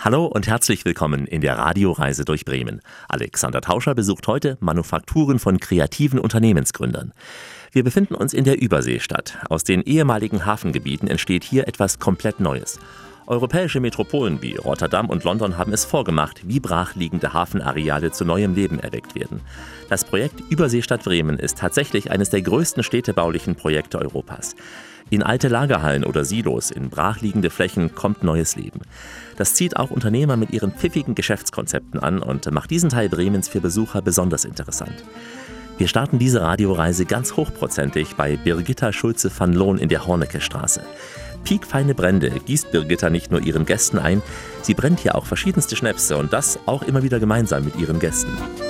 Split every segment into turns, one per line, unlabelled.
Hallo und herzlich willkommen in der Radioreise durch Bremen. Alexander Tauscher besucht heute Manufakturen von kreativen Unternehmensgründern. Wir befinden uns in der Überseestadt. Aus den ehemaligen Hafengebieten entsteht hier etwas komplett Neues. Europäische Metropolen wie Rotterdam und London haben es vorgemacht, wie brachliegende Hafenareale zu neuem Leben erweckt werden. Das Projekt Überseestadt Bremen ist tatsächlich eines der größten städtebaulichen Projekte Europas. In alte Lagerhallen oder Silos, in brachliegende Flächen kommt neues Leben. Das zieht auch Unternehmer mit ihren pfiffigen Geschäftskonzepten an und macht diesen Teil Bremens für Besucher besonders interessant. Wir starten diese Radioreise ganz hochprozentig bei Birgitta Schulze van Loon in der Hornekestraße. Piekfeine Brände gießt Birgitta nicht nur ihren Gästen ein, sie brennt hier auch verschiedenste Schnäpse und das auch immer wieder gemeinsam mit ihren Gästen.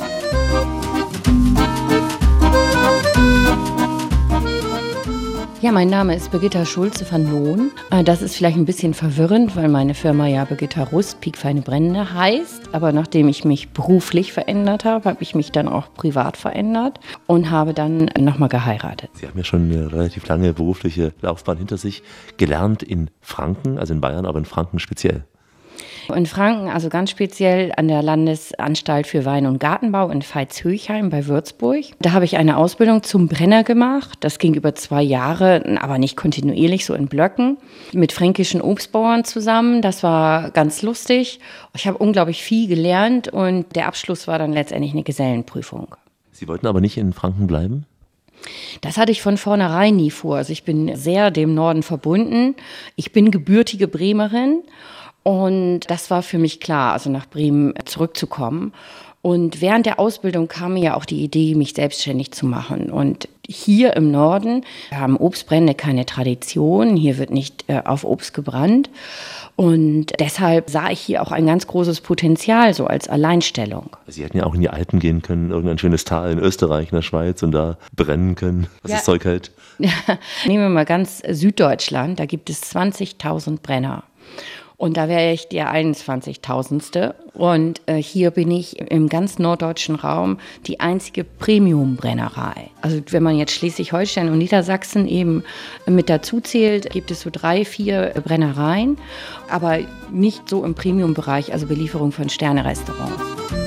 Ja, mein Name ist Birgitta Schulze van Loon. Das ist vielleicht ein bisschen verwirrend, weil meine Firma ja Birgitta Rust Piekfeine Brände heißt. Aber nachdem ich mich beruflich verändert habe, habe ich mich dann auch privat verändert und habe dann nochmal geheiratet.
Sie haben ja schon eine relativ lange berufliche Laufbahn hinter sich, gelernt in Franken, also in Bayern, aber in Franken speziell.
In Franken, also ganz speziell an der Landesanstalt für Wein- und Gartenbau in Veitshöchheim bei Würzburg. Da habe ich eine Ausbildung zum Brenner gemacht. Das ging über 2 Jahre, aber nicht kontinuierlich, so in Blöcken, mit fränkischen Obstbauern zusammen. Das war ganz lustig. Ich habe unglaublich viel gelernt und der Abschluss war dann letztendlich eine Gesellenprüfung.
Sie wollten aber nicht in Franken bleiben?
Das hatte ich von vornherein nie vor. Also ich bin sehr dem Norden verbunden. Ich bin gebürtige Bremerin. Und das war für mich klar, also nach Bremen zurückzukommen. Und während der Ausbildung kam mir ja auch die Idee, mich selbstständig zu machen. Und hier im Norden haben Obstbrände keine Tradition. Hier wird nicht auf Obst gebrannt. Und deshalb sah ich hier auch ein ganz großes Potenzial, so als Alleinstellung.
Sie hätten ja auch in die Alpen gehen können, irgendein schönes Tal in Österreich, in der Schweiz und da brennen können, was das Zeug hält.
Ja. Nehmen wir mal ganz Süddeutschland, da gibt es 20.000 Brenner. Und da wäre ich der 21.000. Und hier bin ich im ganz norddeutschen Raum die einzige Premium-Brennerei. Also wenn man jetzt Schleswig-Holstein und Niedersachsen eben mit dazu zählt, gibt es so 3, 4 Brennereien, aber nicht so im Premium-Bereich, also Belieferung von Sterne-Restaurants.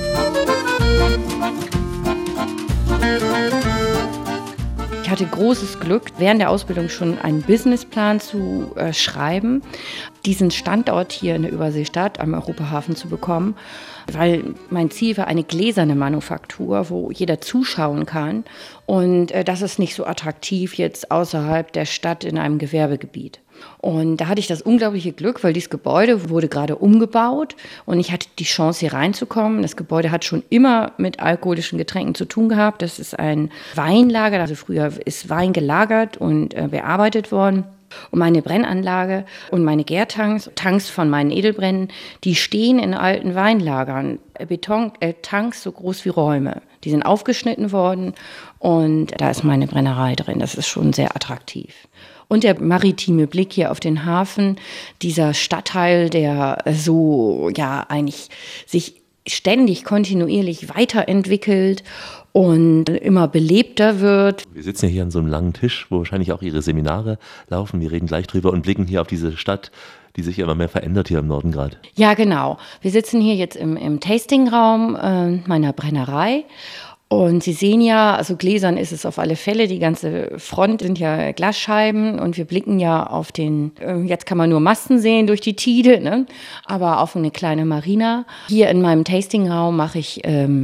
Ich hatte großes Glück, während der Ausbildung schon einen Businessplan zu schreiben, diesen Standort hier in der Überseestadt am Europahafen zu bekommen, weil mein Ziel war eine gläserne Manufaktur, wo jeder zuschauen kann. Und das ist nicht so attraktiv jetzt außerhalb der Stadt in einem Gewerbegebiet. Und da hatte ich das unglaubliche Glück, weil dieses Gebäude wurde gerade umgebaut und ich hatte die Chance, hier reinzukommen. Das Gebäude hat schon immer mit alkoholischen Getränken zu tun gehabt. Das ist ein Weinlager, also früher ist Wein gelagert und bearbeitet worden. Und meine Brennanlage und meine Gärtanks, Tanks von meinen Edelbrennen, die stehen in alten Weinlagern. Betontanks so groß wie Räume. Die sind aufgeschnitten worden und da ist meine Brennerei drin. Das ist schon sehr attraktiv. Und der maritime Blick hier auf den Hafen, dieser Stadtteil, der so eigentlich sich ständig kontinuierlich weiterentwickelt und immer belebter wird.
Wir sitzen ja hier an so einem langen Tisch, wo wahrscheinlich auch Ihre Seminare laufen. Wir reden gleich drüber und blicken hier auf diese Stadt, die sich immer mehr verändert hier im Norden gerade.
Ja, genau. Wir sitzen hier jetzt im Tastingraum meiner Brennerei. Und Sie sehen ja, also gläsern ist es auf alle Fälle, die ganze Front sind ja Glasscheiben und wir blicken ja auf den, jetzt kann man nur Masten sehen durch die Tide, ne? Aber auf eine kleine Marina. Hier in meinem Tastingraum mache ich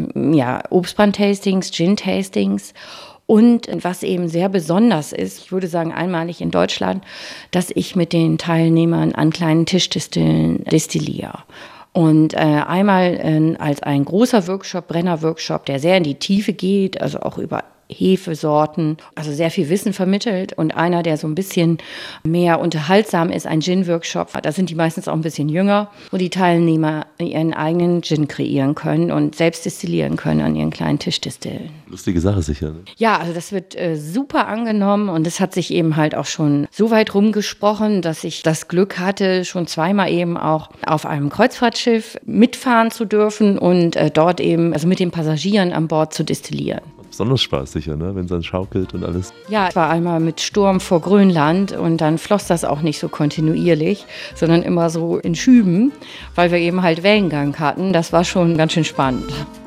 Obstbrand-Tastings, Gin-Tastings. Und was eben sehr besonders ist, ich würde sagen einmalig in Deutschland, dass ich mit den Teilnehmern an kleinen Tischdistillen destilliere. Und einmal als ein großer Workshop, Brenner-Workshop, der sehr in die Tiefe geht, also auch über Hefesorten, also sehr viel Wissen vermittelt. Und einer, der so ein bisschen mehr unterhaltsam ist, ein Gin-Workshop. Da sind die meistens auch ein bisschen jünger, wo die Teilnehmer ihren eigenen Gin kreieren können und selbst destillieren können an ihren kleinen Tischdistillen.
Lustige Sache sicher. Ne?
Ja, also das wird super angenommen und es hat sich eben halt auch schon so weit rumgesprochen, dass ich das Glück hatte, schon 2-mal eben auch auf einem Kreuzfahrtschiff mitfahren zu dürfen und dort eben, also mit den Passagieren an Bord zu destillieren.
besonders Spaß sicher, ne? Wenn es dann schaukelt und alles.
Ja, ich war einmal mit Sturm vor Grönland und dann floss das auch nicht so kontinuierlich, sondern immer so in Schüben, weil wir eben halt Wellengang hatten. Das war schon ganz schön spannend.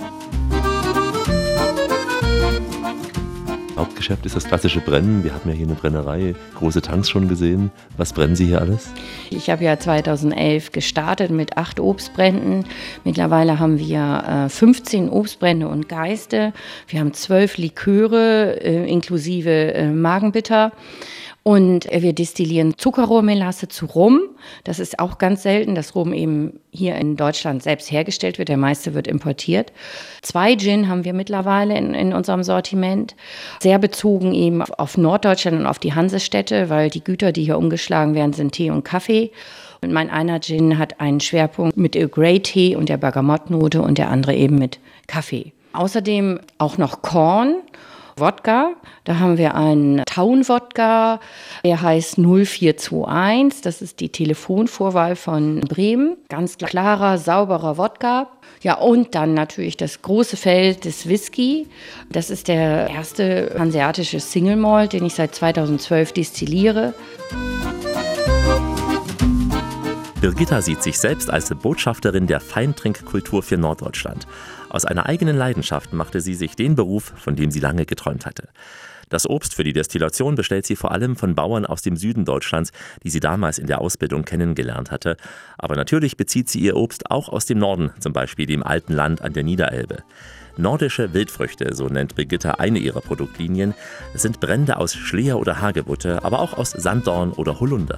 Hauptgeschäft ist das klassische Brennen. Wir hatten ja hier eine Brennerei, große Tanks schon gesehen. Was brennen Sie hier alles?
Ich habe ja 2011 gestartet mit 8 Obstbränden. Mittlerweile haben wir 15 Obstbrände und Geiste. Wir haben 12 Liköre inklusive Magenbitter. Und wir destillieren Zuckerrohrmelasse zu Rum. Das ist auch ganz selten, dass Rum eben hier in Deutschland selbst hergestellt wird. Der meiste wird importiert. 2 Gin haben wir mittlerweile in unserem Sortiment. Sehr bezogen eben auf Norddeutschland und auf die Hansestädte, weil die Güter, die hier umgeschlagen werden, sind Tee und Kaffee. Und mein einer Gin hat einen Schwerpunkt mit Earl Grey Tee und der Bergamottnote und der andere eben mit Kaffee. Außerdem auch noch Korn. Wodka, da haben wir einen Taun-Wodka, der heißt 0421, das ist die Telefonvorwahl von Bremen. Ganz klarer, sauberer Wodka. Ja, und dann natürlich das große Feld des Whisky. Das ist der erste hanseatische Single Malt, den ich seit 2012 destilliere.
Birgitta sieht sich selbst als Botschafterin der Feintrinkkultur für Norddeutschland. Aus einer eigenen Leidenschaft machte sie sich den Beruf, von dem sie lange geträumt hatte. Das Obst für die Destillation bestellt sie vor allem von Bauern aus dem Süden Deutschlands, die sie damals in der Ausbildung kennengelernt hatte. Aber natürlich bezieht sie ihr Obst auch aus dem Norden, zum Beispiel dem alten Land an der Niederelbe. Nordische Wildfrüchte, so nennt Birgitta eine ihrer Produktlinien. Es sind Brände aus Schleher oder Hagebutte, aber auch aus Sanddorn oder Holunder.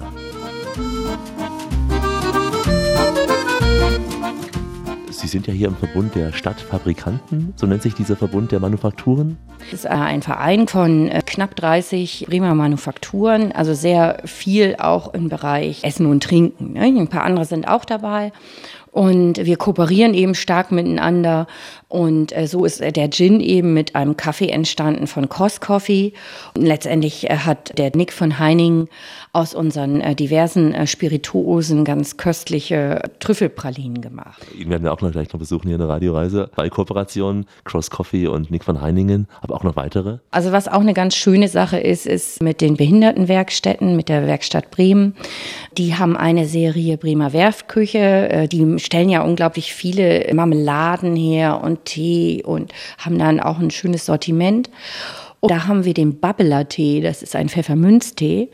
Sie sind ja hier im Verbund der Stadtfabrikanten, so nennt sich dieser Verbund der Manufakturen.
Das ist ein Verein von knapp 30 Bremer Manufakturen, also sehr viel auch im Bereich Essen und Trinken. Ein paar andere sind auch dabei. Und wir kooperieren eben stark miteinander. Und so ist der Gin eben mit einem Kaffee entstanden von Kos Coffee. Und letztendlich hat der Nick von Heiningen aus unseren diversen Spirituosen ganz köstliche Trüffelpralinen gemacht.
Ihn werden wir auch gleich noch besuchen hier in der Radioreise. Bei Kooperation Cross Coffee und Nick von Heiningen, aber auch noch weitere.
Also was auch eine ganz schöne Sache ist mit den Behindertenwerkstätten, mit der Werkstatt Bremen. Die haben eine Serie Bremer Werftküche. Die stellen ja unglaublich viele Marmeladen her und Tee und haben dann auch ein schönes Sortiment. Und da haben wir den Babbeler-Tee, das ist ein Pfefferminztee,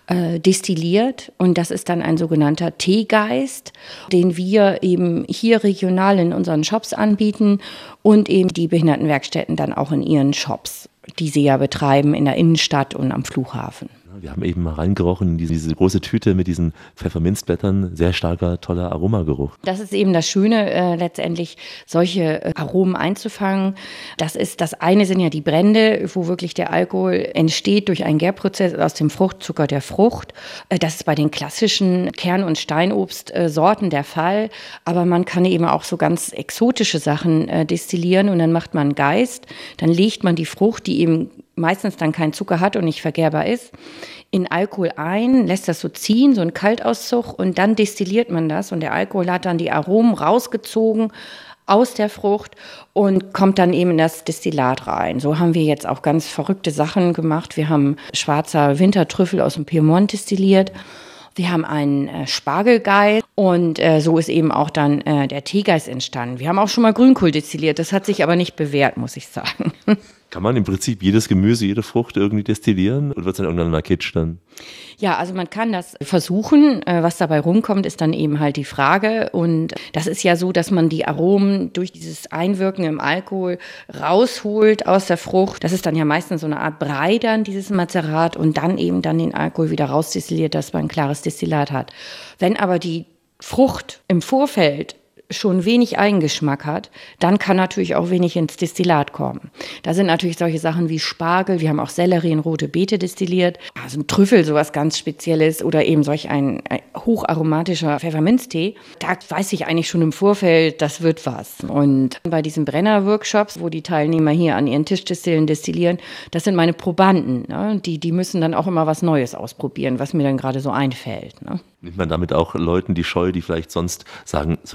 destilliert. Und das ist dann ein sogenannter Teegeist, den wir eben hier regional in unseren Shops anbieten und eben die Behindertenwerkstätten dann auch in ihren Shops, die sie ja betreiben in der Innenstadt und am Flughafen.
Wir haben eben mal reingerochen in diese große Tüte mit diesen Pfefferminzblättern. Sehr starker, toller Aromageruch.
Das ist eben das Schöne, letztendlich solche Aromen einzufangen. Das eine sind ja die Brände, wo wirklich der Alkohol entsteht durch einen Gärprozess aus dem Fruchtzucker der Frucht. Das ist bei den klassischen Kern- und Steinobstsorten der Fall. Aber man kann eben auch so ganz exotische Sachen destillieren und dann macht man einen Geist. Dann legt man die Frucht, die eben meistens dann keinen Zucker hat und nicht vergärbar ist, in Alkohol ein, lässt das so ziehen, so ein Kaltauszug und dann destilliert man das und der Alkohol hat dann die Aromen rausgezogen aus der Frucht und kommt dann eben in das Destillat rein. So haben wir jetzt auch ganz verrückte Sachen gemacht. Wir haben schwarzer Wintertrüffel aus dem Piemont destilliert. Wir haben einen Spargelgeist und so ist eben auch dann der Teegeist entstanden. Wir haben auch schon mal Grünkohl destilliert, das hat sich aber nicht bewährt, muss ich sagen.
Kann man im Prinzip jedes Gemüse, jede Frucht irgendwie destillieren oder wird es dann irgendwann mal kitsch dann?
Ja, also man kann das versuchen. Was dabei rumkommt, ist dann eben halt die Frage. Und das ist ja so, dass man die Aromen durch dieses Einwirken im Alkohol rausholt aus der Frucht. Das ist dann ja meistens so eine Art Brei dann, dieses Mazerat, und dann eben dann den Alkohol wieder rausdestilliert, dass man ein klares Destillat hat. Wenn aber die Frucht im Vorfeld schon wenig Eigengeschmack hat, dann kann natürlich auch wenig ins Destillat kommen. Da sind natürlich solche Sachen wie Spargel, wir haben auch Sellerie und rote Beete destilliert, also ein Trüffel, sowas ganz Spezielles oder eben solch ein hocharomatischer Pfefferminztee. Da weiß ich eigentlich schon im Vorfeld, das wird was. Und bei diesen Brenner-Workshops, wo die Teilnehmer hier an ihren Tischdestillen destillieren, das sind meine Probanden, ne? Die müssen dann auch immer was Neues ausprobieren, was mir dann gerade so einfällt, ne?
Nimmt man damit auch Leuten die Scheu, die vielleicht sonst sagen, so ein klarer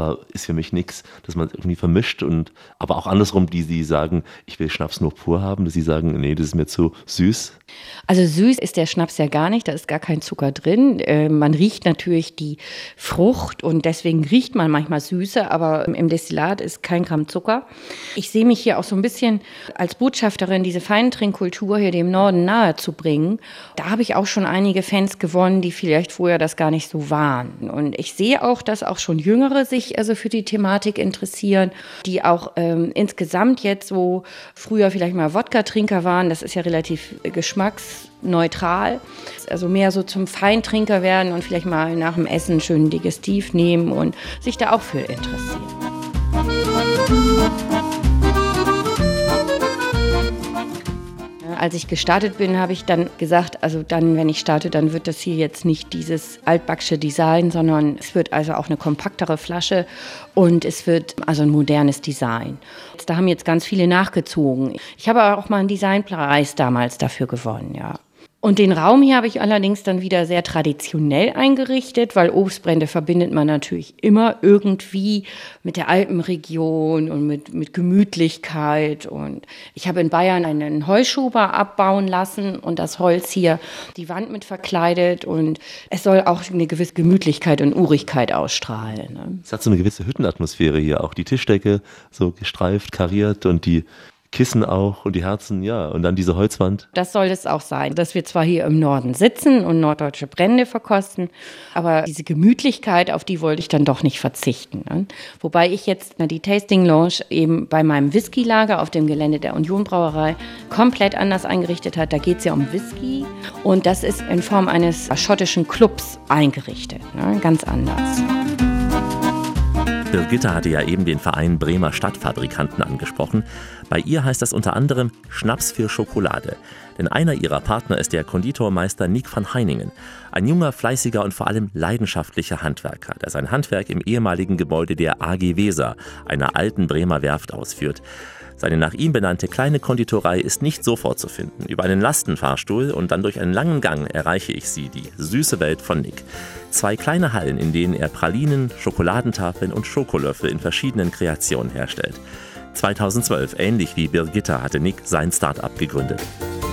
Extra ist für mich nichts, dass man es irgendwie vermischt und aber auch andersrum, die sagen, ich will Schnaps nur pur haben, dass sie sagen, nee, das ist mir zu süß.
Also süß ist der Schnaps ja gar nicht, da ist gar kein Zucker drin. Man riecht natürlich die Frucht und deswegen riecht man manchmal Süße, aber im Destillat ist kein Gramm Zucker. Ich sehe mich hier auch so ein bisschen als Botschafterin, diese Feintrinkkultur hier dem Norden nahe zu bringen. Da habe ich auch schon einige Fans gewonnen, die vielleicht vorher das gar nicht so waren. Und ich sehe auch, dass auch schon Jüngere sich also für die Thematik interessieren, die auch insgesamt jetzt so früher vielleicht mal Wodka-Trinker waren. Das ist ja relativ geschmacksneutral. Also mehr so zum Feintrinker werden und vielleicht mal nach dem Essen schön Digestiv nehmen und sich da auch für interessieren. Als ich gestartet bin, habe ich dann gesagt, also dann, wenn ich starte, dann wird das hier jetzt nicht dieses altbacksche Design, sondern es wird also auch eine kompaktere Flasche und es wird also ein modernes Design. Da haben jetzt ganz viele nachgezogen. Ich habe auch mal einen Designpreis damals dafür gewonnen, ja. Und den Raum hier habe ich allerdings dann wieder sehr traditionell eingerichtet, weil Obstbrände verbindet man natürlich immer irgendwie mit der Alpenregion und mit Gemütlichkeit. Und ich habe in Bayern einen Heuschober abbauen lassen und das Holz hier die Wand mit verkleidet. Und es soll auch eine gewisse Gemütlichkeit und Urigkeit ausstrahlen. Ne?
Es hat so eine gewisse Hüttenatmosphäre hier, auch die Tischdecke so gestreift, kariert und die Kissen auch und die Herzen, ja, und dann diese Holzwand.
Das soll es auch sein, dass wir zwar hier im Norden sitzen und norddeutsche Brände verkosten, aber diese Gemütlichkeit, auf die wollte ich dann doch nicht verzichten. Ne? Wobei ich jetzt die Tasting Lounge eben bei meinem Whisky-Lager auf dem Gelände der Union Brauerei komplett anders eingerichtet hat. Da geht es ja um Whisky und das ist in Form eines schottischen Clubs eingerichtet, ne? Ganz anders.
Birgitta hatte ja eben den Verein Bremer Stadtfabrikanten angesprochen. Bei ihr heißt das unter anderem Schnaps für Schokolade. Denn einer ihrer Partner ist der Konditormeister Nick van Heiningen. Ein junger, fleißiger und vor allem leidenschaftlicher Handwerker, der sein Handwerk im ehemaligen Gebäude der AG Weser, einer alten Bremer Werft, ausführt. Seine nach ihm benannte kleine Konditorei ist nicht sofort zu finden. Über einen Lastenfahrstuhl und dann durch einen langen Gang erreiche ich sie, die süße Welt von Nick. 2 kleine Hallen, in denen er Pralinen, Schokoladentafeln und Schokolöffel in verschiedenen Kreationen herstellt. 2012, ähnlich wie Birgitta, hatte Nick sein Start-up gegründet.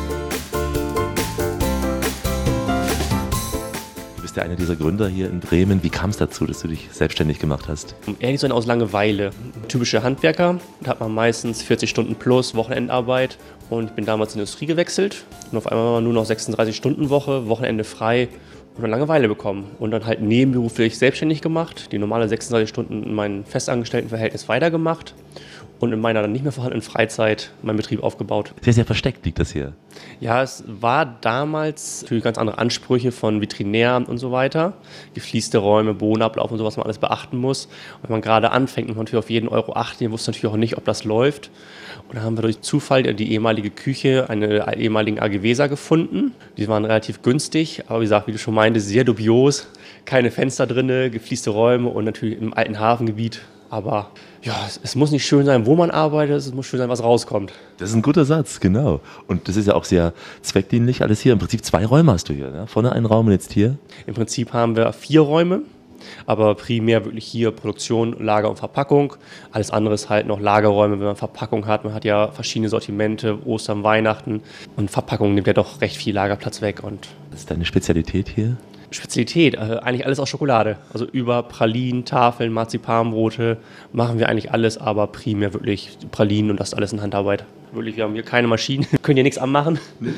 Du bist ja einer dieser Gründer hier in Bremen. Wie kam es dazu, dass du dich selbstständig gemacht hast?
Um ehrlich zu sein, aus Langeweile. Typische Handwerker, da hat man meistens 40 Stunden plus Wochenendarbeit und ich bin damals in die Industrie gewechselt und auf einmal war nur noch 36-Stunden-Woche, Wochenende frei und dann Langeweile bekommen und dann halt nebenberuflich selbstständig gemacht, die normale 36 Stunden in meinem Festangestelltenverhältnis weitergemacht und in meiner dann nicht mehr vorhandenen Freizeit meinen Betrieb aufgebaut.
Sehr, sehr versteckt liegt das hier.
Ja, es war damals natürlich ganz andere Ansprüche von Veterinär und so weiter. Gefließte Räume, Bodenablauf und sowas, was man alles beachten muss. Und wenn man gerade anfängt, muss man natürlich auf jeden Euro achten. Wir wussten natürlich auch nicht, ob das läuft. Und dann haben wir durch Zufall die ehemalige Küche einer ehemaligen AG Weser gefunden. Die waren relativ günstig, aber wie gesagt, wie du schon meinte, sehr dubios. Keine Fenster drin, gefließte Räume und natürlich im alten Hafengebiet. Aber ja, es muss nicht schön sein, wo man arbeitet, es muss schön sein, was rauskommt.
Das ist ein guter Satz, genau. Und das ist ja auch sehr zweckdienlich alles hier. Im Prinzip 2 Räume hast du hier. Ne? Vorne einen Raum und jetzt hier.
Im Prinzip haben wir 4 Räume, aber primär wirklich hier Produktion, Lager und Verpackung. Alles andere ist halt noch Lagerräume, wenn man Verpackung hat. Man hat ja verschiedene Sortimente, Ostern, Weihnachten. Und Verpackung nimmt ja doch recht viel Lagerplatz weg. Und
was ist deine Spezialität hier?
Spezialität, eigentlich alles aus Schokolade. Also über Pralinen, Tafeln, Marzipanbrote machen wir eigentlich alles, aber primär wirklich Pralinen und das alles in Handarbeit. Wirklich, wir haben hier keine Maschinen, können hier nichts anmachen.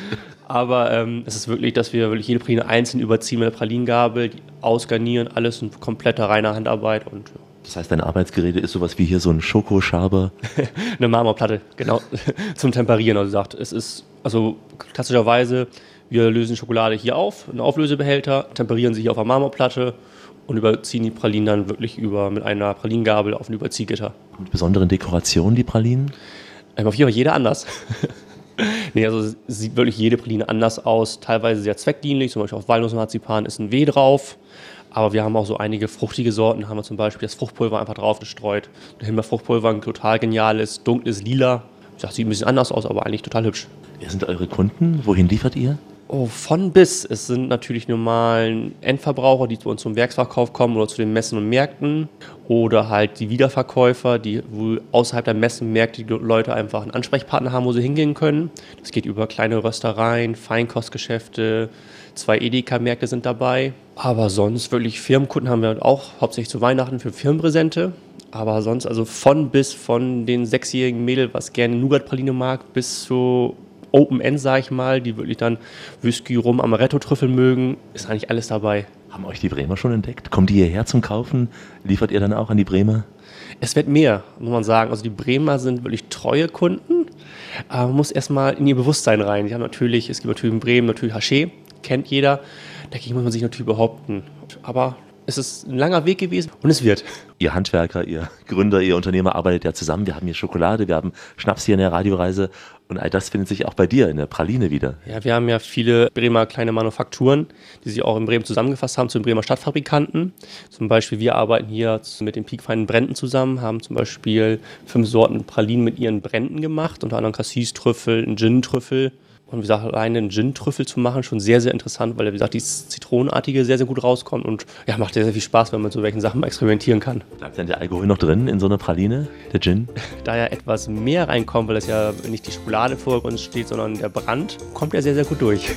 Aber es ist wirklich, dass wir wirklich jede Praline einzeln überziehen mit der Pralinengabel, ausgarnieren, alles in kompletter reiner Handarbeit. Und, ja.
Das heißt, dein Arbeitsgerät ist sowas wie hier so ein Schokoschaber?
Eine Marmorplatte, genau, zum Temperieren. Also gesagt, es ist also klassischerweise, wir lösen Schokolade hier auf, einen Auflösebehälter, temperieren sie hier auf einer Marmorplatte und überziehen die Pralinen dann wirklich mit einer Pralinengabel auf ein Überziehgitter.
Mit besonderen Dekorationen, die Pralinen?
Auf jeden Fall jeder anders. Nee, also es sieht wirklich jede Praline anders aus, teilweise sehr zweckdienlich, zum Beispiel auf Walnussmarzipan ist ein W drauf, aber wir haben auch so einige fruchtige Sorten, haben wir zum Beispiel das Fruchtpulver einfach drauf gestreut. Der Himbeerfruchtpulver, ein total geniales, dunkles Lila. Ich sag, sieht ein bisschen anders aus, aber eigentlich total hübsch.
Wer sind eure Kunden? Wohin liefert ihr?
Oh, von bis. Es sind natürlich normalen Endverbraucher, die zu uns zum Werksverkauf kommen oder zu den Messen und Märkten. Oder halt die Wiederverkäufer, die wohl außerhalb der Messen und Märkte die Leute einfach einen Ansprechpartner haben, wo sie hingehen können. Das geht über kleine Röstereien, Feinkostgeschäfte, 2 Edeka-Märkte sind dabei. Aber sonst wirklich Firmenkunden haben wir auch, hauptsächlich zu Weihnachten für Firmenpräsente. Aber sonst also von bis, von den 6-jährigen Mädel, was gerne Nougat-Praline mag, bis zu Open End, sag ich mal, die wirklich dann Whisky, Rum, Amaretto-Trüffel mögen, ist eigentlich alles dabei.
Haben euch die Bremer schon entdeckt? Kommt die hierher zum Kaufen? Liefert ihr dann auch an die Bremer?
Es wird mehr, muss man sagen. Also die Bremer sind wirklich treue Kunden, aber man muss erstmal in ihr Bewusstsein rein. Es gibt natürlich in Bremen natürlich Haché, kennt jeder. Dagegen muss man sich natürlich behaupten. Aber es ist ein langer Weg gewesen und es wird.
Ihr Handwerker, ihr Gründer, ihr Unternehmer arbeitet ja zusammen. Wir haben hier Schokolade, wir haben Schnaps hier in der Radioreise und all das findet sich auch bei dir in der Praline wieder.
Ja, wir haben ja viele Bremer kleine Manufakturen, die sich auch in Bremen zusammengefasst haben zu den Bremer Stadtfabrikanten. Zum Beispiel wir arbeiten hier mit den piekfeinen Bränden zusammen, haben zum Beispiel 5 Sorten Pralinen mit ihren Bränden gemacht, unter anderem Cassis-Trüffel, einen Gin-Trüffel. Und wie gesagt, alleine einen Gin-Trüffel zu machen, schon sehr, sehr interessant, weil, wie gesagt, dieses Zitronenartige sehr, sehr gut rauskommt und ja, macht sehr, sehr viel Spaß, wenn man mit so welchen Sachen mal experimentieren kann.
Bleibt denn der Alkohol noch drin in so einer Praline, der Gin?
Da ja etwas mehr reinkommt, weil das ja nicht die Schokolade vor uns steht, sondern der Brand, kommt er sehr, sehr gut durch.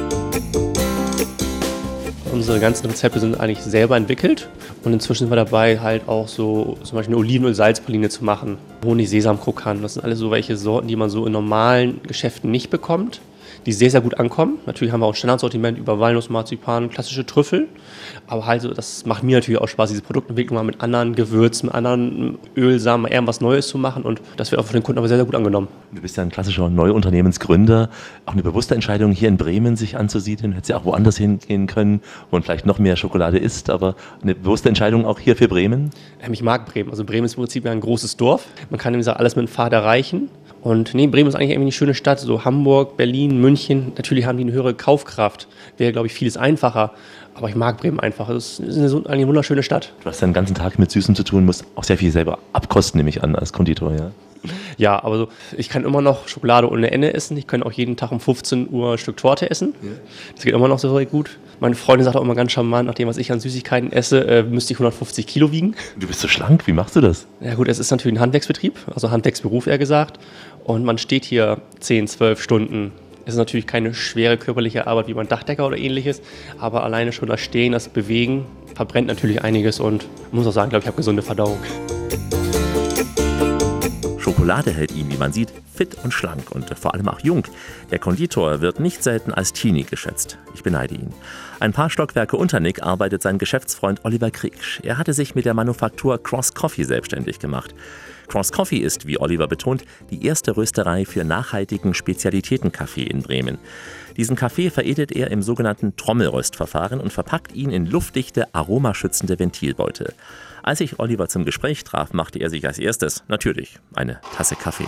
Unsere ganzen Rezepte sind eigentlich selber entwickelt und inzwischen sind wir dabei, halt auch so zum Beispiel eine Olivenöl-Salzpraline zu machen. Honig-Sesam-Krokant, das sind alles so welche Sorten, die man so in normalen Geschäften nicht bekommt, die sehr, sehr gut ankommen. Natürlich haben wir auch ein Standardsortiment über Walnuss, Marzipan, klassische Trüffel, aber halt so, das macht mir natürlich auch Spaß, diese Produktentwicklung mal mit anderen Gewürzen, mit anderen Ölsamen, eher was Neues zu machen und das wird auch von den Kunden aber sehr, sehr gut angenommen.
Du bist ja ein klassischer Neuunternehmensgründer. Auch eine bewusste Entscheidung, hier in Bremen sich anzusiedeln. Hätte ja auch woanders hingehen können, wo man vielleicht noch mehr Schokolade isst, aber eine bewusste Entscheidung auch hier für Bremen?
Ich mag Bremen. Also Bremen ist im Prinzip ja ein großes Dorf. Man kann nämlich alles mit dem Fahrrad erreichen. Und nee, Bremen ist eigentlich irgendwie eine schöne Stadt. So Hamburg, Berlin, München, natürlich haben die eine höhere Kaufkraft. Wäre, glaube ich, vieles einfacher. Aber ich mag Bremen einfach. Es ist eine wunderschöne Stadt.
Du hast ja den ganzen Tag mit Süßem zu tun, musst auch sehr viel selber abkosten, nehme ich an, als Konditor, ja?
Ja, aber so, ich kann immer noch Schokolade ohne Ende essen. Ich kann auch jeden Tag um 15 Uhr ein Stück Torte essen. Ja. Das geht immer noch so gut. Meine Freundin sagt auch immer ganz charmant, nach dem, was ich an Süßigkeiten esse, müsste ich 150 Kilo wiegen.
Du bist so schlank, wie machst du das?
Ja gut, es ist natürlich ein Handwerksbetrieb, also Handwerksberuf eher gesagt. Und man steht hier 10, 12 Stunden. Es ist natürlich keine schwere körperliche Arbeit wie beim Dachdecker oder ähnliches, aber alleine schon das Stehen, das Bewegen verbrennt natürlich einiges und ich muss auch sagen, glaube ich, habe gesunde Verdauung.
Schokolade hält ihn, wie man sieht, fit und schlank und vor allem auch jung. Der Konditor wird nicht selten als Teenie geschätzt. Ich beneide ihn. Ein paar Stockwerke unter Nick arbeitet sein Geschäftsfreund Oliver Kriegsch. Er hatte sich mit der Manufaktur Cross Coffee selbstständig gemacht. Cross Coffee ist, wie Oliver betont, die erste Rösterei für nachhaltigen Spezialitätenkaffee in Bremen. Diesen Kaffee veredelt er im sogenannten Trommelröstverfahren und verpackt ihn in luftdichte, aromaschützende Ventilbeutel. Als ich Oliver zum Gespräch traf, machte er sich als erstes, natürlich, eine Tasse Kaffee.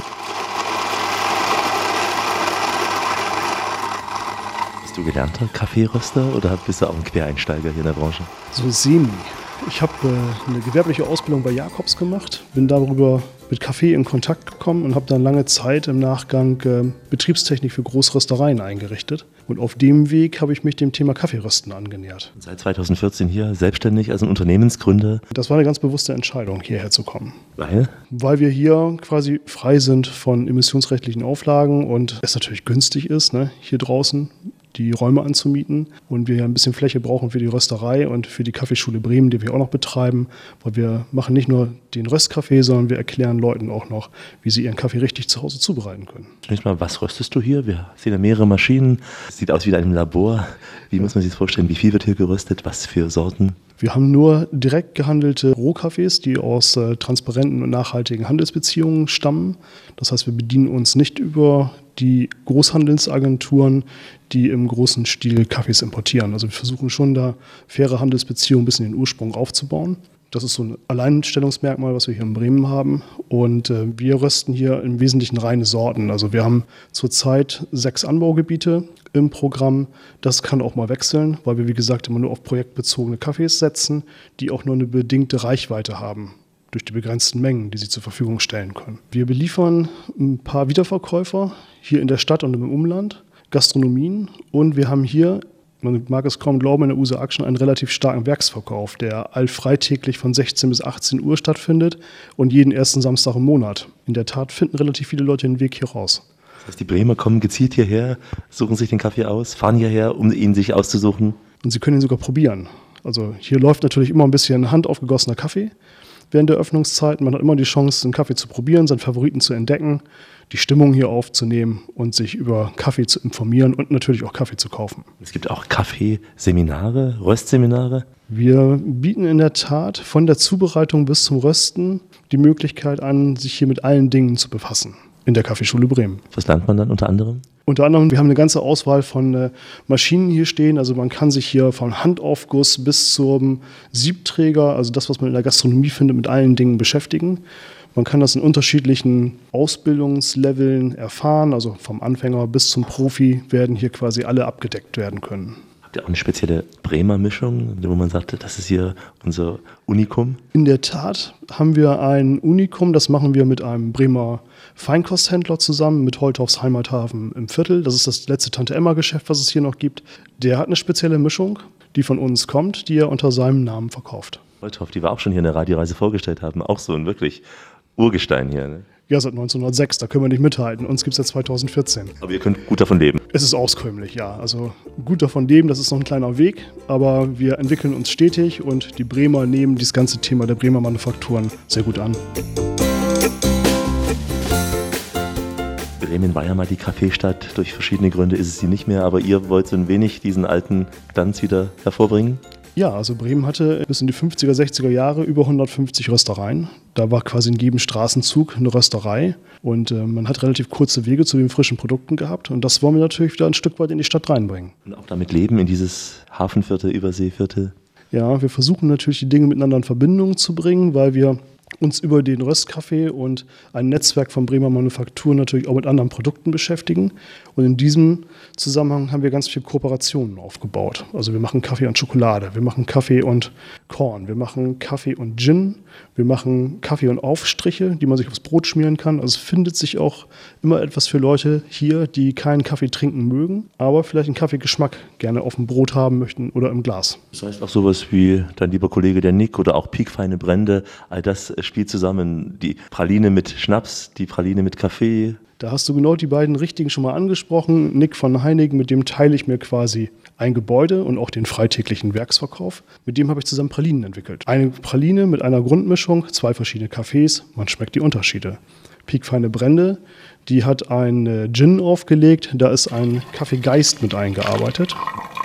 Bist du gelernter Kaffeeröster oder bist du auch ein Quereinsteiger hier in der Branche?
So semi. Ich habe eine gewerbliche Ausbildung bei Jacobs gemacht, bin darüber mit Kaffee in Kontakt gekommen und habe dann lange Zeit im Nachgang Betriebstechnik für Großröstereien eingerichtet. Und auf dem Weg habe ich mich dem Thema Kaffeerösten angenähert.
Seit 2014 hier selbstständig als ein Unternehmensgründer?
Das war eine ganz bewusste Entscheidung, hierher zu kommen.
Weil?
Weil wir hier quasi frei sind von emissionsrechtlichen Auflagen und es natürlich günstig ist, ne, hier draußen die Räume anzumieten und wir ja ein bisschen Fläche brauchen für die Rösterei und für die Kaffeeschule Bremen, die wir auch noch betreiben, weil wir machen nicht nur den Röstkaffee, sondern wir erklären Leuten auch noch, wie sie ihren Kaffee richtig zu Hause zubereiten können.
Zunächst mal, was röstest du hier? Wir sehen ja mehrere Maschinen, es sieht aus wie in einem Labor. Wie muss man sich das vorstellen? Wie viel wird hier geröstet? Was für Sorten?
Wir haben nur direkt gehandelte Rohkaffees, die aus transparenten und nachhaltigen Handelsbeziehungen stammen. Das heißt, wir bedienen uns nicht über die Großhandelsagenturen, die im großen Stil Kaffees importieren. Also wir versuchen schon da faire Handelsbeziehungen bis in den Ursprung aufzubauen. Das ist so ein Alleinstellungsmerkmal, was wir hier in Bremen haben. Und wir rösten hier im Wesentlichen reine Sorten. Also wir haben zurzeit 6 Anbaugebiete im Programm. Das kann auch mal wechseln, weil wir, wie gesagt, immer nur auf projektbezogene Kaffees setzen, die auch nur eine bedingte Reichweite haben durch die begrenzten Mengen, die sie zur Verfügung stellen können. Wir beliefern ein paar Wiederverkäufer hier in der Stadt und im Umland. Gastronomien und wir haben hier, man mag es kaum glauben, in der USA Action einen relativ starken Werksverkauf, der allfreitäglich von 16 bis 18 Uhr stattfindet und jeden ersten Samstag im Monat. In der Tat finden relativ viele Leute den Weg hier raus.
Das heißt, die Bremer kommen gezielt hierher, suchen sich den Kaffee aus, fahren hierher, um ihn sich auszusuchen.
Und sie können ihn sogar probieren. Also hier läuft natürlich immer ein bisschen handaufgegossener Kaffee während der Öffnungszeit. Man hat immer die Chance, einen Kaffee zu probieren, seinen Favoriten zu entdecken, die Stimmung hier aufzunehmen und sich über Kaffee zu informieren und natürlich auch Kaffee zu kaufen.
Es gibt auch Kaffeeseminare, Röstseminare.
Wir bieten in der Tat von der Zubereitung bis zum Rösten die Möglichkeit an, sich hier mit allen Dingen zu befassen in der Kaffeeschule Bremen.
Was lernt man dann unter anderem?
Unter anderem, wir haben eine ganze Auswahl von Maschinen hier stehen. Also man kann sich hier von Handaufguss bis zum Siebträger, also das, was man in der Gastronomie findet, mit allen Dingen beschäftigen. Man kann das in unterschiedlichen Ausbildungsleveln erfahren. Also vom Anfänger bis zum Profi werden hier quasi alle abgedeckt werden können.
Habt ihr auch eine spezielle Bremer Mischung, wo man sagte, das ist hier unser Unikum?
In der Tat haben wir ein Unikum, das machen wir mit einem Bremer Feinkosthändler zusammen, mit Holtorfs Heimathafen im Viertel. Das ist das letzte Tante-Emma-Geschäft, was es hier noch gibt. Der hat eine spezielle Mischung, die von uns kommt, die er unter seinem Namen verkauft.
Holtorf, die wir auch schon hier in der Radioreise vorgestellt haben, auch so ein wirklich Urgestein hier, ne?
Ja, seit 1906, da können wir nicht mithalten. Uns gibt es seit 2014.
Aber ihr könnt gut davon leben.
Es ist auskömmlich, ja. Also gut davon leben, das ist noch ein kleiner Weg. Aber wir entwickeln uns stetig und die Bremer nehmen dieses ganze Thema der Bremer Manufakturen sehr gut an.
Bremen war ja mal die Kaffeestadt. Durch verschiedene Gründe ist es sie nicht mehr. Aber ihr wollt so ein wenig diesen alten Glanz wieder hervorbringen?
Ja, also Bremen hatte bis in die 50er, 60er Jahre über 150 Röstereien. Da war quasi in jedem Straßenzug eine Rösterei und man hat relativ kurze Wege zu den frischen Produkten gehabt und das wollen wir natürlich wieder ein Stück weit in die Stadt reinbringen.
Und auch damit leben in dieses Hafenviertel, Überseeviertel?
Ja, wir versuchen natürlich die Dinge miteinander in Verbindung zu bringen, weil wir uns über den Röstkaffee und ein Netzwerk von Bremer Manufakturen natürlich auch mit anderen Produkten beschäftigen. Und in diesem Zusammenhang haben wir ganz viele Kooperationen aufgebaut. Also wir machen Kaffee und Schokolade, wir machen Kaffee und Korn, wir machen Kaffee und Gin, wir machen Kaffee und Aufstriche, die man sich aufs Brot schmieren kann. Also es findet sich auch immer etwas für Leute hier, die keinen Kaffee trinken mögen, aber vielleicht einen Kaffeegeschmack gerne auf dem Brot haben möchten oder im Glas.
Das heißt auch sowas wie dein lieber Kollege der Nick oder auch piekfeine Brände, all das spielt zusammen. Die Praline mit Schnaps, die Praline mit Kaffee.
Da hast du genau die beiden Richtigen schon mal angesprochen. Nick von Heinigen, mit dem teile ich mir quasi ein Gebäude und auch den freitäglichen Werksverkauf. Mit dem habe ich zusammen Pralinen entwickelt. Eine Praline mit einer Grundmischung, 2 verschiedene Kaffees, man schmeckt die Unterschiede. Piekfeine Brände, die hat ein Gin aufgelegt, da ist ein Kaffeegeist mit eingearbeitet.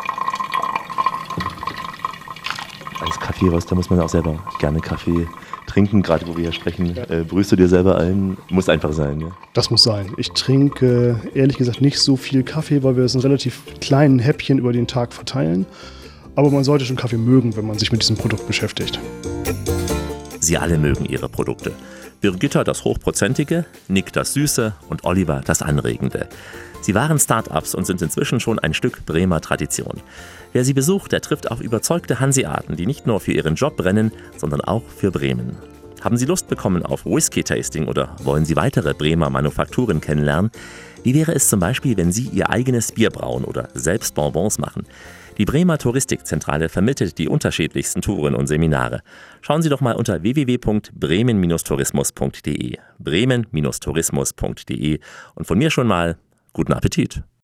Als Kaffeeröster muss man auch selber gerne Kaffee trinken, gerade wo wir hier sprechen. Ja. Brühst du dir selber ein? Muss einfach sein, ja?
Das muss sein. Ich trinke ehrlich gesagt nicht so viel Kaffee, weil wir es in relativ kleinen Häppchen über den Tag verteilen. Aber man sollte schon Kaffee mögen, wenn man sich mit diesem Produkt beschäftigt.
Sie alle mögen ihre Produkte. Birgitta das Hochprozentige, Nick das Süße und Oliver das Anregende. Sie waren Start-ups und sind inzwischen schon ein Stück Bremer Tradition. Wer sie besucht, der trifft auf überzeugte Hanseaten, die nicht nur für ihren Job brennen, sondern auch für Bremen. Haben Sie Lust bekommen auf Whisky-Tasting oder wollen Sie weitere Bremer Manufakturen kennenlernen? Wie wäre es zum Beispiel, wenn Sie Ihr eigenes Bier brauen oder selbst Bonbons machen? Die Bremer Touristikzentrale vermittelt die unterschiedlichsten Touren und Seminare. Schauen Sie doch mal unter www.bremen-tourismus.de. bremen-tourismus.de und von mir schon mal guten Appetit!